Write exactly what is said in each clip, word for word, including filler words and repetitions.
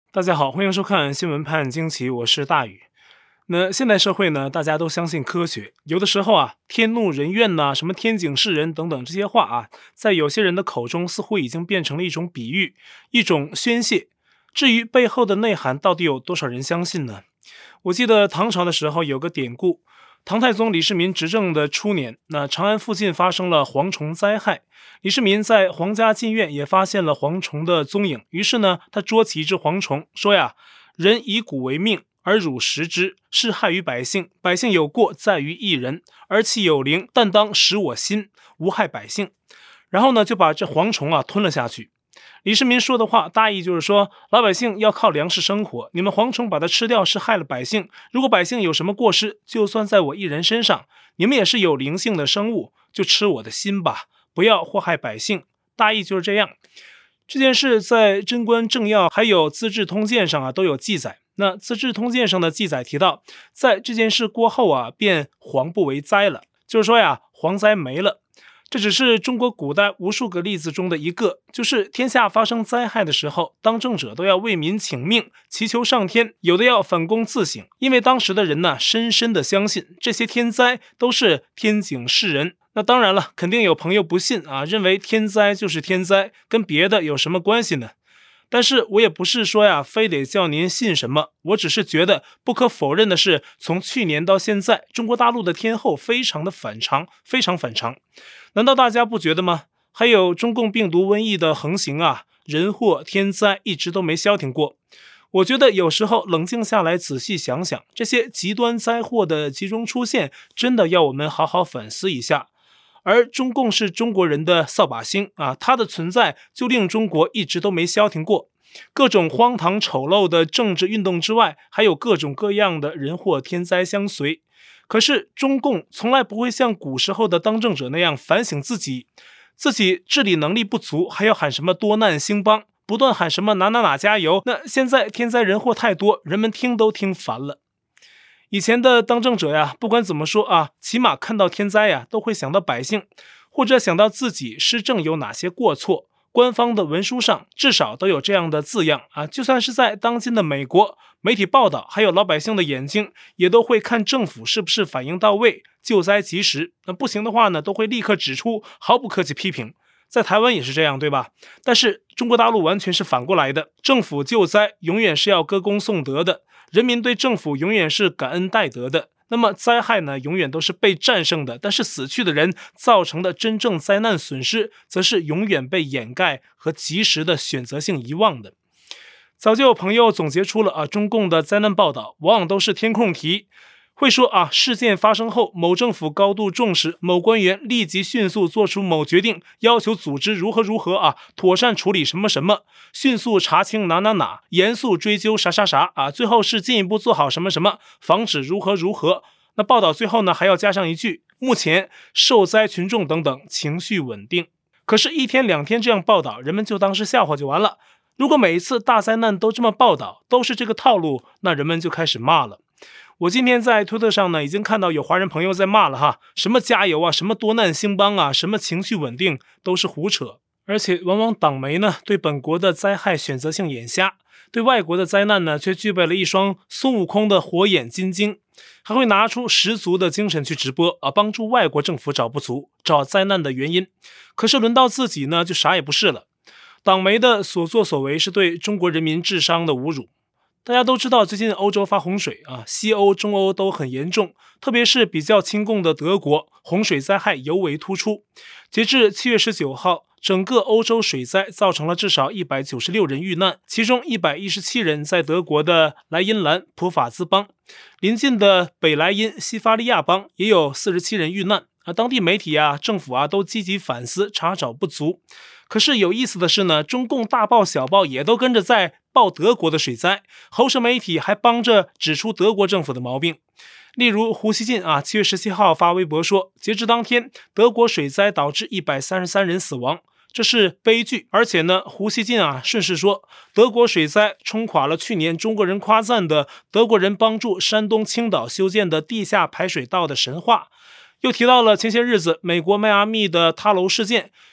大家好，欢迎收看新闻判惊奇，我是大宇。那现代社会呢，大家都相信科学，有的时候啊，天怒人怨呐、什么天井是人等等这些话啊，在有些人的口中似乎已经变成了一种比喻，一种宣泄。至于背后的内涵，到底有多少人相信呢？我记得唐朝的时候有个典故，唐太宗李世民执政的初年，那长安附近发生了蝗虫灾害，李世民在皇家禁院也发现了蝗虫的踪影，于是呢，他捉起一只蝗虫，说呀：“人以谷为命，而汝食之，是害于百姓。百姓有过在于一人，而其有灵，但当食我心，无害百姓。”然后呢，就把这蝗虫啊吞了下去。李世民说的话大意就是说，老百姓要靠粮食生活，你们蝗虫把它吃掉是害了百姓，如果百姓有什么过失，就算在我一人身上，你们也是有灵性的生物，就吃我的心吧，不要祸害百姓。大意就是这样。这件事在贞观政要还有资治通鉴上啊都有记载。那资治通鉴上的记载提到，在这件事过后啊，便蝗不为灾了，就是说呀，蝗灾没了。这只是中国古代无数个例子中的一个，就是天下发生灾害的时候，当政者都要为民请命，祈求上天，有的要反躬自省，因为当时的人呢，深深的相信这些天灾都是天井示人。那当然了，肯定有朋友不信啊，认为天灾就是天灾，跟别的有什么关系呢？但是我也不是说呀，非得叫您信什么，我只是觉得不可否认的是，从去年到现在，中国大陆的天候非常的反常，非常反常。难道大家不觉得吗？还有中共病毒瘟疫的横行啊，人祸天灾一直都没消停过。我觉得有时候冷静下来仔细想想，这些极端灾祸的集中出现，真的要我们好好反思一下。而中共是中国人的扫把星啊，它的存在就令中国一直都没消停过。各种荒唐丑陋的政治运动之外，还有各种各样的人祸天灾相随。可是中共从来不会像古时候的当政者那样反省自己，自己治理能力不足，还要喊什么多难兴邦，不断喊什么哪哪哪加油。那现在天灾人祸太多，人们听都听烦了。以前的当政者呀，不管怎么说啊，起码看到天灾呀，都会想到百姓，或者想到自己施政有哪些过错。官方的文书上至少都有这样的字样啊，就算是在当今的美国，媒体报道还有老百姓的眼睛也都会看政府是不是反应到位，救灾及时。那不行的话呢，都会立刻指出，毫不客气批评。在台湾也是这样，对吧？但是中国大陆完全是反过来的，政府救灾永远是要歌功颂德的，人民对政府永远是感恩戴德的。那么灾害呢，永远都是被战胜的，但是死去的人造成的真正灾难损失，则是永远被掩盖和及时的选择性遗忘的。早就有朋友总结出了啊，中共的灾难报道往往都是填空题，会说啊，事件发生后，某政府高度重视，某官员立即迅速做出某决定，要求组织如何如何啊，妥善处理什么什么，迅速查清哪哪哪，严肃追究啥啥啥啊，最后是进一步做好什么什么，防止如何如何。那报道最后呢，还要加上一句，目前受灾群众等等情绪稳定。可是，一天两天这样报道，人们就当是笑话就完了。如果每一次大灾难都这么报道，都是这个套路，那人们就开始骂了。我今天在推特上呢，已经看到有华人朋友在骂了哈，什么加油啊，什么多难兴邦啊，什么情绪稳定，都是胡扯。而且往往党媒呢，对本国的灾害选择性眼瞎，对外国的灾难呢，却具备了一双孙悟空的火眼金睛，还会拿出十足的精神去直播啊，帮助外国政府找不足，找灾难的原因。可是轮到自己呢，就啥也不是了。党媒的所作所为是对中国人民智商的侮辱。大家都知道，最近欧洲发洪水啊，西欧、中欧都很严重，特别是比较亲共的德国，洪水灾害尤为突出。截至七月十九号，整个欧洲水灾造成了至少一百九十六人遇难，其中一百一十七人在德国的莱茵兰普法兹邦，邻近的北莱茵西法利亚邦也有四十七人遇难。啊，当地媒体啊、政府啊都积极反思，查找不足。可是有意思的是呢，中共大报小报也都跟着在报德国的水灾，喉舌媒体还帮着指出德国政府的毛病。例如胡锡进啊，七月十七号发微博说，截至当天，德国水灾导致一百三十三人死亡，这是悲剧。而且呢，胡锡进啊顺势说，德国水灾冲垮了去年中国人夸赞的德国人帮助山东青岛修建的地下排水道的神话。又提到了前些日子美国迈阿密的塌楼事件，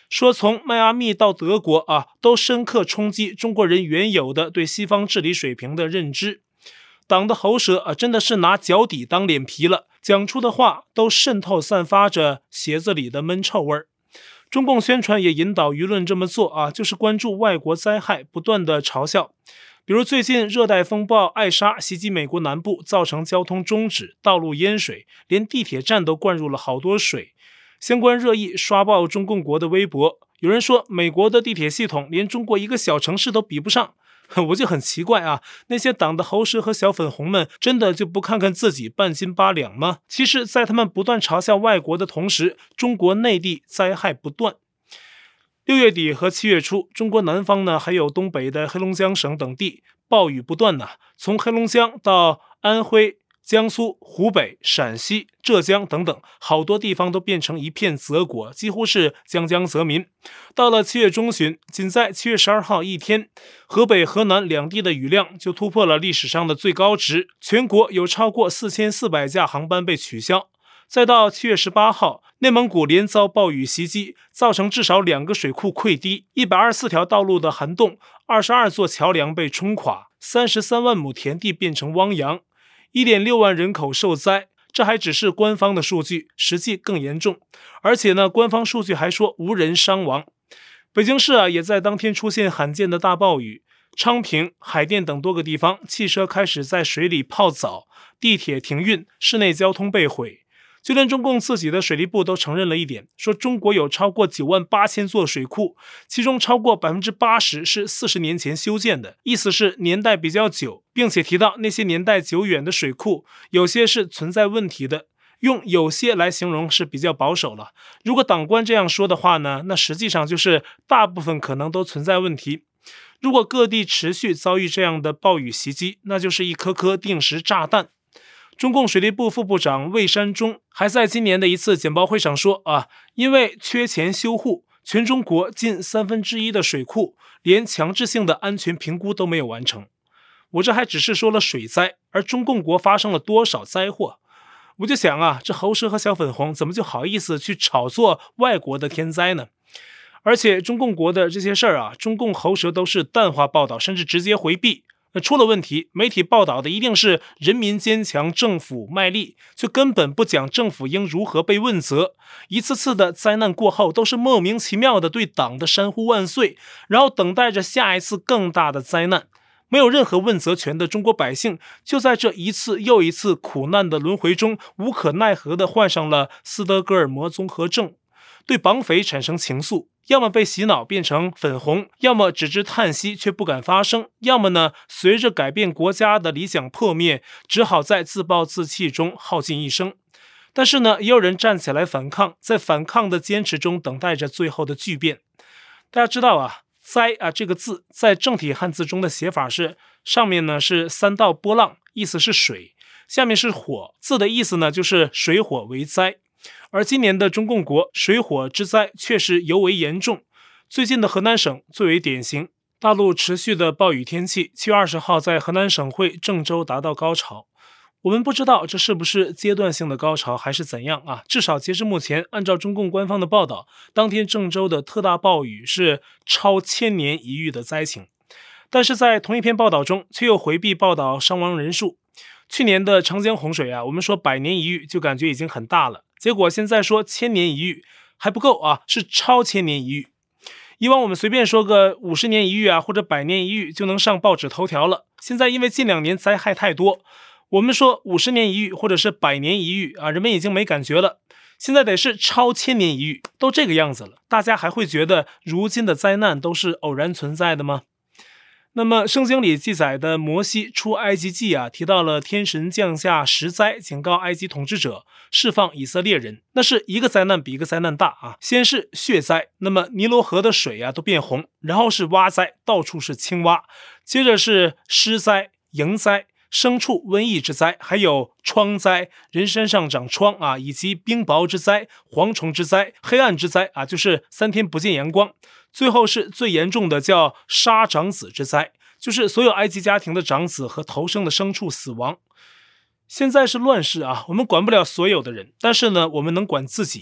说从迈阿密到德国啊，都深刻冲击中国人原有的对西方治理水平的认知。党的喉舌啊，真的是拿脚底当脸皮了，讲出的话都渗透散发着鞋子里的闷臭味儿。中共宣传也引导舆论这么做啊，就是关注外国灾害，不断的嘲笑。比如最近热带风暴艾莎袭击美国南部，造成交通中止，道路淹水，连地铁站都灌入了好多水。相关热议刷爆中共国的微博，有人说美国的地铁系统连中国一个小城市都比不上。我就很奇怪啊，那些党的喉舌和小粉红们真的就不看看自己半斤八两吗？其实在他们不断嘲笑外国的同时，中国内地灾害不断。六月底和七月初，中国南方呢，还有东北的黑龙江省等地暴雨不断呢，从黑龙江到安徽、江苏、湖北、陕西、浙江等等，好多地方都变成一片泽国，几乎是江江泽民。到了七月中旬，仅在七月十二号一天，河北、河南两地的雨量就突破了历史上的最高值，全国有超过四千四百架航班被取消。再到七月十八号，内蒙古连遭暴雨袭击，造成至少两个水库溃堤，一百二十四条道路的涵洞，二十二座桥梁被冲垮，三十三万亩田地变成汪洋，一点六万人口受灾。这还只是官方的数据，实际更严重。而且呢，官方数据还说无人伤亡。北京市啊，也在当天出现罕见的大暴雨，昌平、海淀等多个地方，汽车开始在水里泡澡，地铁停运，室内交通被毁。就连中共自己的水利部都承认了一点，说中国有超过九万八千座水库，其中超过 百分之八十 是四十年前修建的，意思是年代比较久，并且提到那些年代久远的水库，有些是存在问题的。用有些来形容是比较保守了。如果党官这样说的话呢，那实际上就是大部分可能都存在问题。如果各地持续遭遇这样的暴雨袭击，那就是一颗颗定时炸弹。中共水利部副部长魏山中还在今年的一次简报会上说啊，因为缺钱修护，全中国近三分之一的水库连强制性的安全评估都没有完成。我这还只是说了水灾，而中共国发生了多少灾祸？我就想啊，这喉舌和小粉红怎么就好意思去炒作外国的天灾呢？而且中共国的这些事儿啊，中共喉舌都是淡化报道，甚至直接回避。那出了问题，媒体报道的一定是人民坚强，政府卖力，就根本不讲政府应如何被问责。一次次的灾难过后，都是莫名其妙的对党的山呼万岁，然后等待着下一次更大的灾难。没有任何问责权的中国百姓，就在这一次又一次苦难的轮回中，无可奈何地患上了斯德哥尔摩综合症，对绑匪产生情愫，要么被洗脑变成粉红，要么只知叹息却不敢发声，要么呢，随着改变国家的理想破灭，只好在自暴自弃中耗尽一生。但是呢，也有人站起来反抗，在反抗的坚持中等待着最后的巨变。大家知道啊，灾啊这个字在正体汉字中的写法是，上面呢是三道波浪，意思是水，下面是火，字的意思呢就是水火为灾。而今年的中共国水火之灾确实尤为严重，最近的河南省最为典型。大陆持续的暴雨天气，七月二十号在河南省会郑州达到高潮。我们不知道这是不是阶段性的高潮还是怎样啊？至少截至目前，按照中共官方的报道，当天郑州的特大暴雨是超千年一遇的灾情。但是在同一篇报道中，却又回避报道伤亡人数。去年的长江洪水啊，我们说百年一遇就感觉已经很大了，结果现在说千年一遇还不够啊，是超千年一遇。以往我们随便说个五十年一遇啊，或者百年一遇就能上报纸头条了。现在因为近两年灾害太多，我们说五十年一遇或者是百年一遇啊，人们已经没感觉了。现在得是超千年一遇，都这个样子了，大家还会觉得如今的灾难都是偶然存在的吗？那么圣经里记载的摩西出埃及记啊，提到了天神降下十灾，警告埃及统治者释放以色列人。那是一个灾难比一个灾难大啊！先是血灾，那么尼罗河的水啊都变红，然后是蛙灾，到处是青蛙，接着是湿灾、蝇灾、牲畜瘟疫之灾，还有疮灾，人身上长疮啊，以及冰雹之灾、蝗虫之灾、黑暗之灾啊，就是三天不见阳光。最后是最严重的，叫杀长子之灾，就是所有埃及家庭的长子和头生的牲畜死亡。现在是乱世啊，我们管不了所有的人，但是呢，我们能管自己。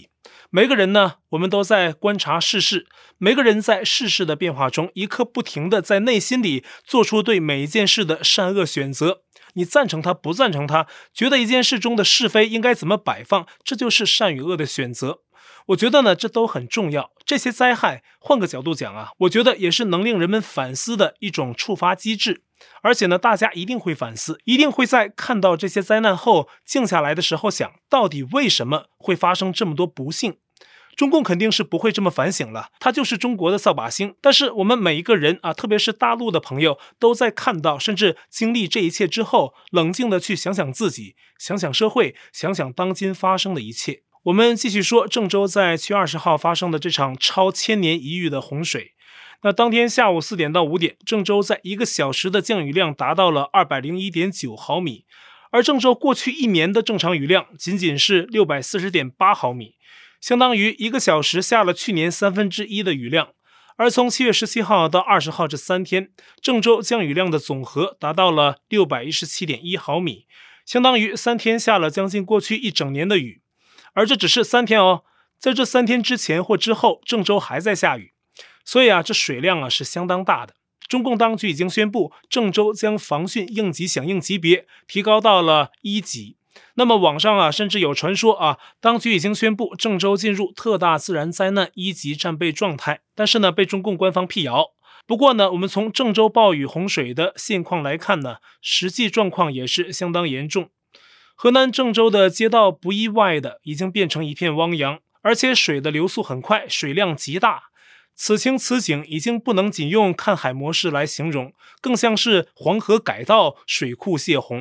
每个人呢，我们都在观察世事，每个人在世事的变化中，一刻不停的在内心里做出对每一件事的善恶选择。你赞成它，不赞成它，觉得一件事中的是非应该怎么摆放，这就是善与恶的选择。我觉得呢，这都很重要。这些灾害，换个角度讲啊，我觉得也是能令人们反思的一种触发机制。而且呢，大家一定会反思，一定会在看到这些灾难后，静下来的时候想，到底为什么会发生这么多不幸？中共肯定是不会这么反省了，他就是中国的扫把星。但是我们每一个人啊，特别是大陆的朋友，都在看到甚至经历这一切之后，冷静的去想想自己，想想社会，想想当今发生的一切。我们继续说郑州在七月二十号发生的这场超千年一遇的洪水。那当天下午四点到五点，郑州在一个小时的降雨量达到了 二百零一点九毫米，而郑州过去一年的正常雨量仅仅是 六百四十点八毫米，相当于一个小时下了去年三分之一的雨量。而从七月十七号到二十号这三天，郑州降雨量的总和达到了 六百一十七点一毫米，相当于三天下了将近过去一整年的雨。而这只是三天哦，在这三天之前或之后，郑州还在下雨，所以啊，这水量啊是相当大的。中共当局已经宣布，郑州将防汛应急响应级别提高到了一级。那么网上啊，甚至有传说啊，当局已经宣布郑州进入特大自然灾难一级战备状态，但是呢，被中共官方辟谣。不过呢，我们从郑州暴雨洪水的现况来看呢，实际状况也是相当严重。河南郑州的街道不意外的已经变成一片汪洋，而且水的流速很快，水量极大。此情此景已经不能仅用看海模式来形容，更像是黄河改道，水库泄洪。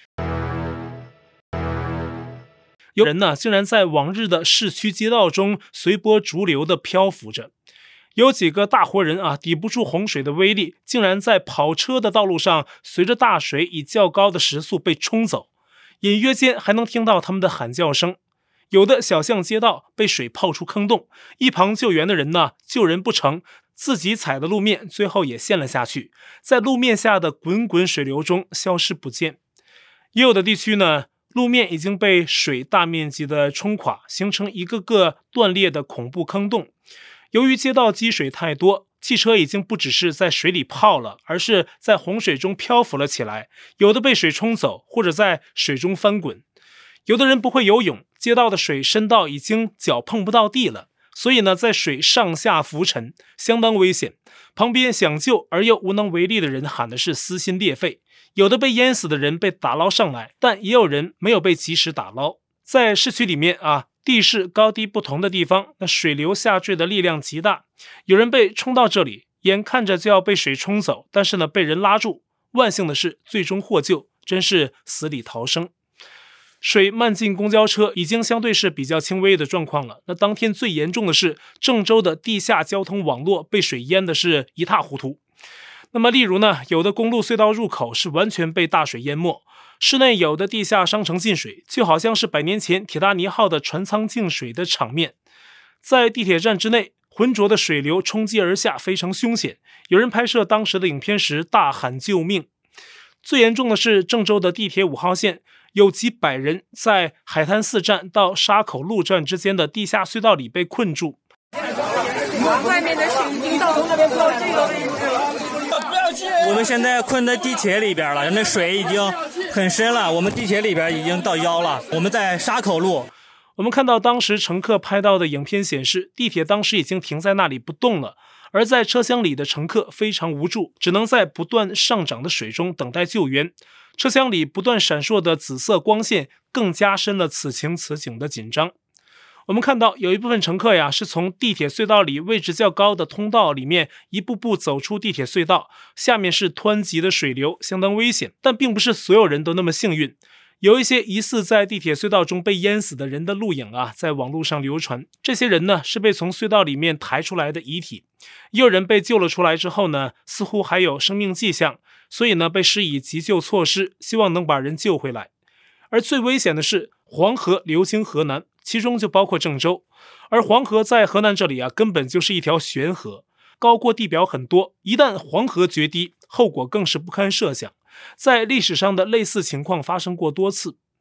有人呢，竟然在往日的市区街道中随波逐流的漂浮着。有几个大活人啊，抵不住洪水的威力，竟然在跑车的道路上，随着大水以较高的时速被冲走。隐约间还能听到他们的喊叫声。有的小巷街道被水泡出坑洞，一旁救援的人呢，救人不成，自己踩的路面最后也陷了下去，在路面下的滚滚水流中消失不见。也有的地区呢，路面已经被水大面积的冲垮，形成一个个断裂的恐怖坑洞。由于街道积水太多，汽车已经不只是在水里泡了，而是在洪水中漂浮了起来，有的被水冲走，或者在水中翻滚。有的人不会游泳，街道的水深到已经脚碰不到地了，所以呢，在水上下浮沉，相当危险。旁边想救而又无能为力的人喊的是撕心裂肺。有的被淹死的人被打捞上来，但也有人没有被及时打捞。在市区里面啊，地势高低不同的地方，那水流下坠的力量极大，有人被冲到这里，眼看着就要被水冲走，但是呢，被人拉住。万幸的是，最终获救，真是死里逃生。水漫进公交车已经相对是比较轻微的状况了。那当天最严重的是郑州的地下交通网络被水淹的是一塌糊涂。那么例如呢，有的公路隧道入口是完全被大水淹没，市内有的地下商城进水，就好像是百年前铁达尼号的船舱进水的场面。在地铁站之内，浑浊的水流冲击而下，非常凶险。有人拍摄当时的影片时大喊救命。最严重的是郑州的地铁五号线，有几百人在海滩寺站到沙口路站之间的地下隧道里被困住。 外面的水已经到到这个位置了。 我们现在困在地铁里边了，那水已经很深了，我们地铁里边已经到腰了。我们在沙口路。 我们看到当时乘客拍到的影片显示，地铁当时已经停在那里不动了，而在车厢里的乘客非常无助，只能在不断上涨的水中等待救援。车厢里不断闪烁的紫色光线更加深了此情此景的紧张。我们看到有一部分乘客呀，是从地铁隧道里位置较高的通道里面一步步走出地铁隧道，下面是湍急的水流，相当危险，但并不是所有人都那么幸运。有一些疑似在地铁隧道中被淹死的人的录影啊，在网络上流传。这些人呢，是被从隧道里面抬出来的遗体。也有人被救了出来之后呢，似乎还有生命迹象，所以呢，被施以急救措施，希望能把人救回来。而最危险的是，黄河流经河南，其中就包括郑州。而黄河在河南这里啊，根本就是一条悬河，高过地表很多。一旦黄河决堤，后果更是不堪设想。在历史上的类似情况发生过多次。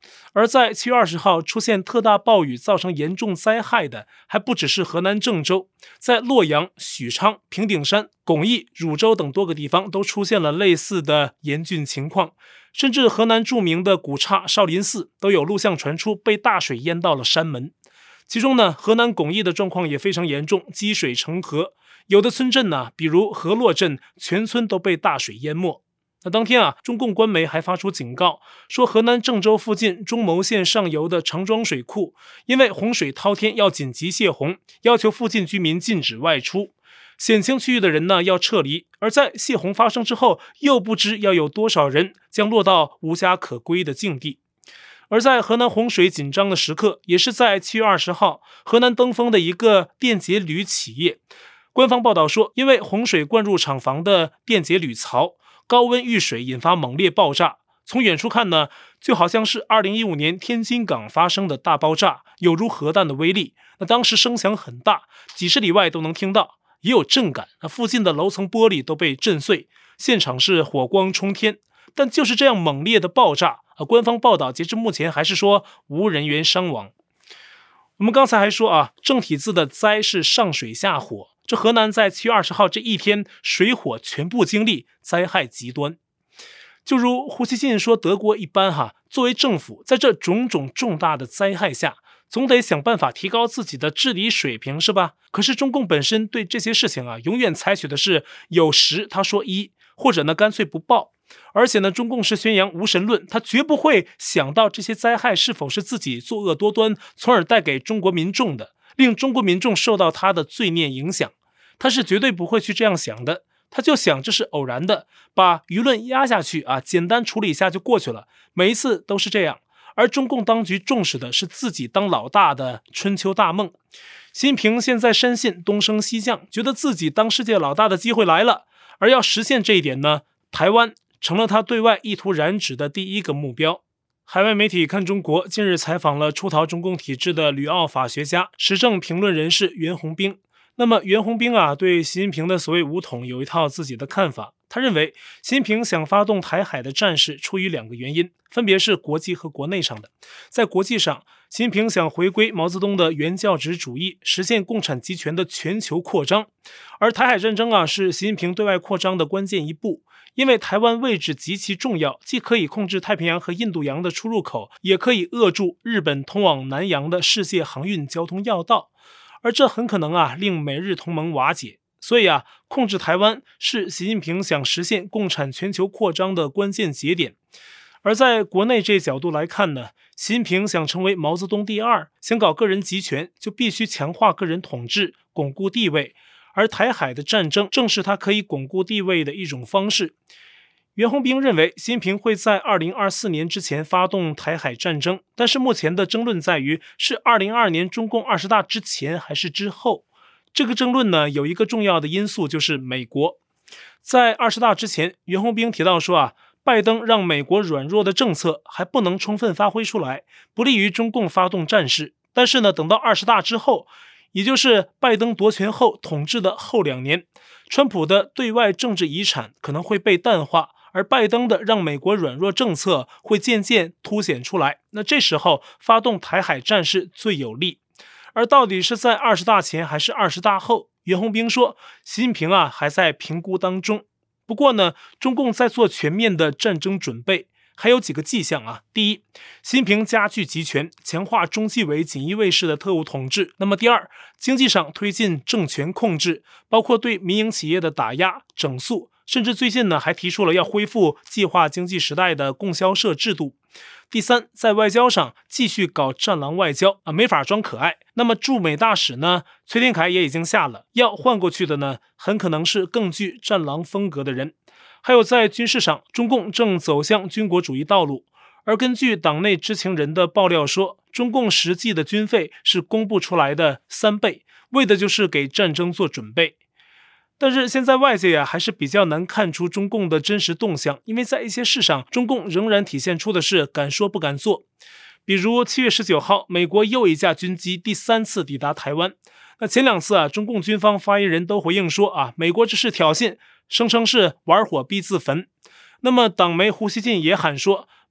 而在七月二十号出现特大暴雨造成严重灾害的，还不只是河南郑州，在洛阳、许昌、平顶山、巩义、汝州等多个地方都出现了类似的严峻情况，甚至河南著名的古刹少林寺都有录像传出被大水淹到了山门。其中呢，河南巩义的状况也非常严重，积水成河，有的村镇呢，比如河洛镇，全村都被大水淹没。那当天啊，中共官媒还发出警告，说河南郑州附近中牟县上游的长庄水库因为洪水滔天要紧急泄洪，要求附近居民禁止外出，险情区域的人呢要撤离。而在泄洪发生之后，又不知要有多少人将落到无家可归的境地。而在河南洪水紧张的时刻，也是在七月二十号，河南登封的一个电解铝企业，官方报道说，因为洪水灌入厂房的电解铝槽高温遇水引发猛烈爆炸，从远处看呢，就好像是二零一五年天津港发生的大爆炸，有如核弹的威力。那当时声响很大，几十里外都能听到，也有震感，那附近的楼层玻璃都被震碎，现场是火光冲天。但就是这样猛烈的爆炸啊，官方报道截至目前还是说无人员伤亡。我们刚才还说啊，正体字的灾是上水下火，这河南在七月二十号这一天水火全部经历，灾害极端。就如胡锡进说德国一般哈，作为政府，在这种种重大的灾害下，总得想办法提高自己的治理水平，是吧？可是中共本身对这些事情啊，永远采取的是有十他说一，或者呢干脆不报。而且呢，中共是宣扬无神论，他绝不会想到这些灾害是否是自己作恶多端，从而带给中国民众的，令中国民众受到他的罪孽影响。他是绝对不会去这样想的，他就想这是偶然的，把舆论压下去啊，简单处理一下就过去了，每一次都是这样。而中共当局重视的是自己当老大的春秋大梦。习近平现在深信东升西降，觉得自己当世界老大的机会来了，而要实现这一点呢，台湾成了他对外意图染指的第一个目标。海外媒体看中国近日采访了出逃中共体制的旅澳法学家、时政评论人士袁宏兵。那么袁宏兵啊，对习近平的所谓武统有一套自己的看法。他认为习近平想发动台海的战事出于两个原因，分别是国际和国内上的。在国际上，习近平想回归毛泽东的原教旨主义，实现共产集权的全球扩张。而台海战争啊，是习近平对外扩张的关键一步。因为台湾位置极其重要，既可以控制太平洋和印度洋的出入口，也可以扼住日本通往南洋的世界航运交通要道，而这很可能啊令美日同盟瓦解。所以啊，控制台湾是习近平想实现共产全球扩张的关键节点。而在国内这角度来看呢，习近平想成为毛泽东第二，想搞个人集权，就必须强化个人统治，巩固地位。而台海的战争正是他可以巩固地位的一种方式。袁宏兵认为，习近平会在二零二四年之前发动台海战争，但是目前的争论在于是二零二二年中共二十大之前还是之后。这个争论呢，有一个重要的因素就是美国。在二十大之前，袁宏兵提到说啊，拜登让美国软弱的政策还不能充分发挥出来，不利于中共发动战事。但是呢，等到二十大之后，也就是拜登夺权后统治的后两年，川普的对外政治遗产可能会被淡化，而拜登的让美国软弱政策会渐渐凸显出来。那这时候发动台海战事最有利。而到底是在二十大前还是二十大后，袁宏兵说，习近平啊还在评估当中。不过呢，中共在做全面的战争准备。还有几个迹象啊。第一，习近平加剧集权，强化中纪委锦衣卫式的特务统治。那么第二，经济上推进政权控制，包括对民营企业的打压、整肃，甚至最近呢还提出了要恢复计划经济时代的供销社制度。第三，在外交上继续搞战狼外交啊，没法装可爱。那么驻美大使呢，崔天凯也已经下了，要换过去的呢，很可能是更具战狼风格的人。还有在军事上，中共正走向军国主义道路，而根据党内知情人的爆料说，中共实际的军费是公布出来的三倍，为的就是给战争做准备。但是现在外界啊还是比较难看出中共的真实动向，因为在一些事上，中共仍然体现出的是敢说不敢做。比如七月十九号，美国又一架军机第三次抵达台湾。那前两次啊，中共军方发言人都回应说啊，美国这是挑衅，声称是玩火必自焚。那么党媒胡锡进也喊说，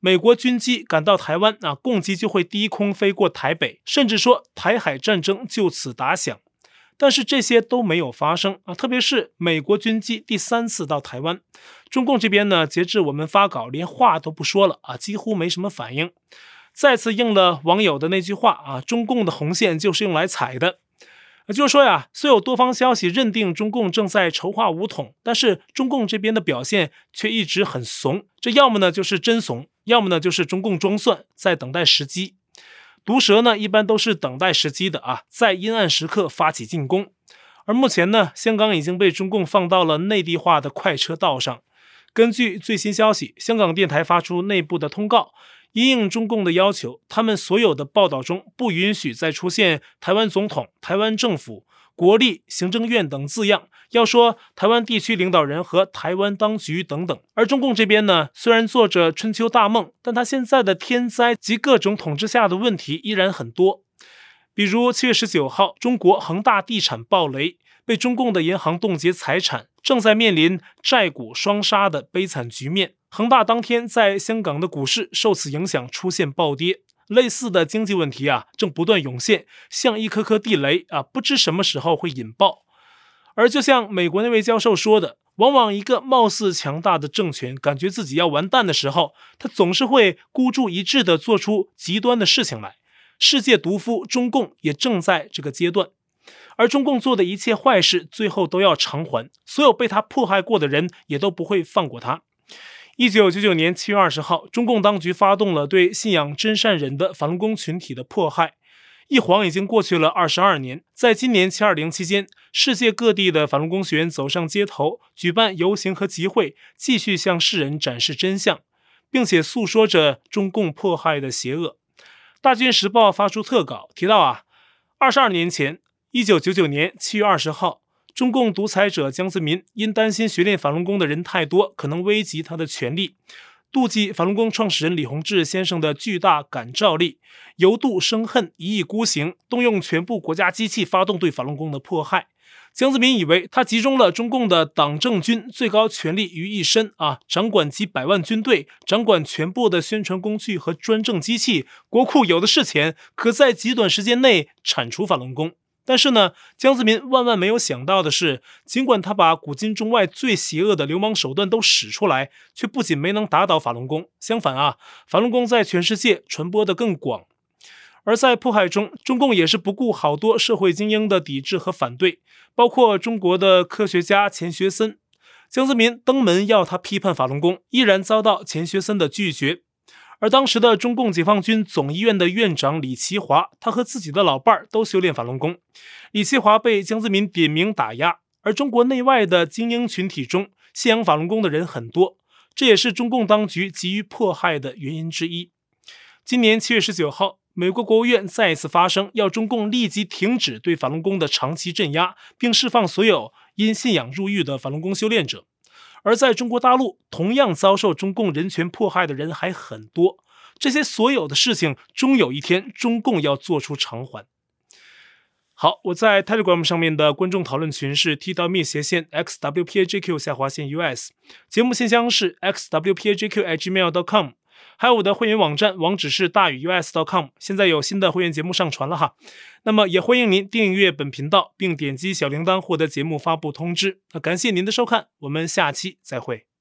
美国军机赶到台湾啊，共机就会低空飞过台北，甚至说台海战争就此打响。但是这些都没有发生啊，特别是美国军机第三次到台湾，中共这边呢，截至我们发稿连话都不说了啊，几乎没什么反应。再次应了网友的那句话啊，中共的红线就是用来踩的。就是说呀，虽有多方消息认定中共正在筹划武统，但是中共这边的表现却一直很怂，这要么呢就是真怂，要么呢就是中共装蒜，在等待时机。毒蛇呢一般都是等待时机的啊，在阴暗时刻发起进攻。而目前呢，香港已经被中共放到了内地化的快车道上。根据最新消息，香港电台发出内部的通告，因应中共的要求，他们所有的报道中不允许再出现台湾总统、台湾政府、国立、行政院等字样，要说台湾地区领导人和台湾当局等等。而中共这边呢，虽然做着春秋大梦，但他现在的天灾及各种统治下的问题依然很多。比如七月十九号，中国恒大地产暴雷，被中共的银行冻结财产，正在面临债股双杀的悲惨局面。恒大当天在香港的股市受此影响出现暴跌，类似的经济问题啊正不断涌现，像一颗颗地雷啊，不知什么时候会引爆。而就像美国那位教授说的，往往一个貌似强大的政权感觉自己要完蛋的时候，他总是会孤注一掷地做出极端的事情来。世界毒夫中共也正在这个阶段，而中共做的一切坏事最后都要偿还，所有被他迫害过的人也都不会放过他。一九九九年七月二十号，中共当局发动了对信仰真善忍的法轮功群体的迫害。一晃已经过去了二十二年，在今年七二零期间，世界各地的法轮功学员走上街头，举办游行和集会，继续向世人展示真相，并且诉说着中共迫害的邪恶。大军时报发出特稿提到啊，二十二年前，一九九九年七月二十号，中共独裁者江泽民因担心学练法轮功的人太多，可能危及他的权力，妒忌法轮功创始人李洪志先生的巨大感召力，由妒生恨，一意孤行，动用全部国家机器发动对法轮功的迫害。江泽民以为他集中了中共的党政军最高权力于一身啊，掌管几百万军队，掌管全部的宣传工具和专政机器，国库有的是钱，可在极短时间内铲除法轮功。但是呢，江泽民万万没有想到的是，尽管他把古今中外最邪恶的流氓手段都使出来，却不仅没能打倒法轮功，相反啊，法轮功在全世界传播得更广。而在迫害中，中共也是不顾好多社会精英的抵制和反对，包括中国的科学家钱学森。江泽民登门要他批判法轮功，依然遭到钱学森的拒绝。而当时的中共解放军总医院的院长李奇华，他和自己的老伴儿都修炼法轮功。李奇华被江泽民点名打压，而中国内外的精英群体中，信仰法轮功的人很多，这也是中共当局急于迫害的原因之一。今年七月十九号，美国国务院再一次发声，要中共立即停止对法轮功的长期镇压，并释放所有因信仰入狱的法轮功修炼者。而在中国大陆，同样遭受中共人权迫害的人还很多。这些所有的事情，终有一天中共要做出偿还。好，我在 Telegram 上面的观众讨论群是 t.me 斜线 xwpajq 下划线 us， 节目信箱是 xwpajq at gmail dot com， 还有我的会员网站网址是大宇 us dot com， 现在有新的会员节目上传了哈。那么也欢迎您订阅本频道，并点击小铃铛获得节目发布通知。那感谢您的收看，我们下期再会。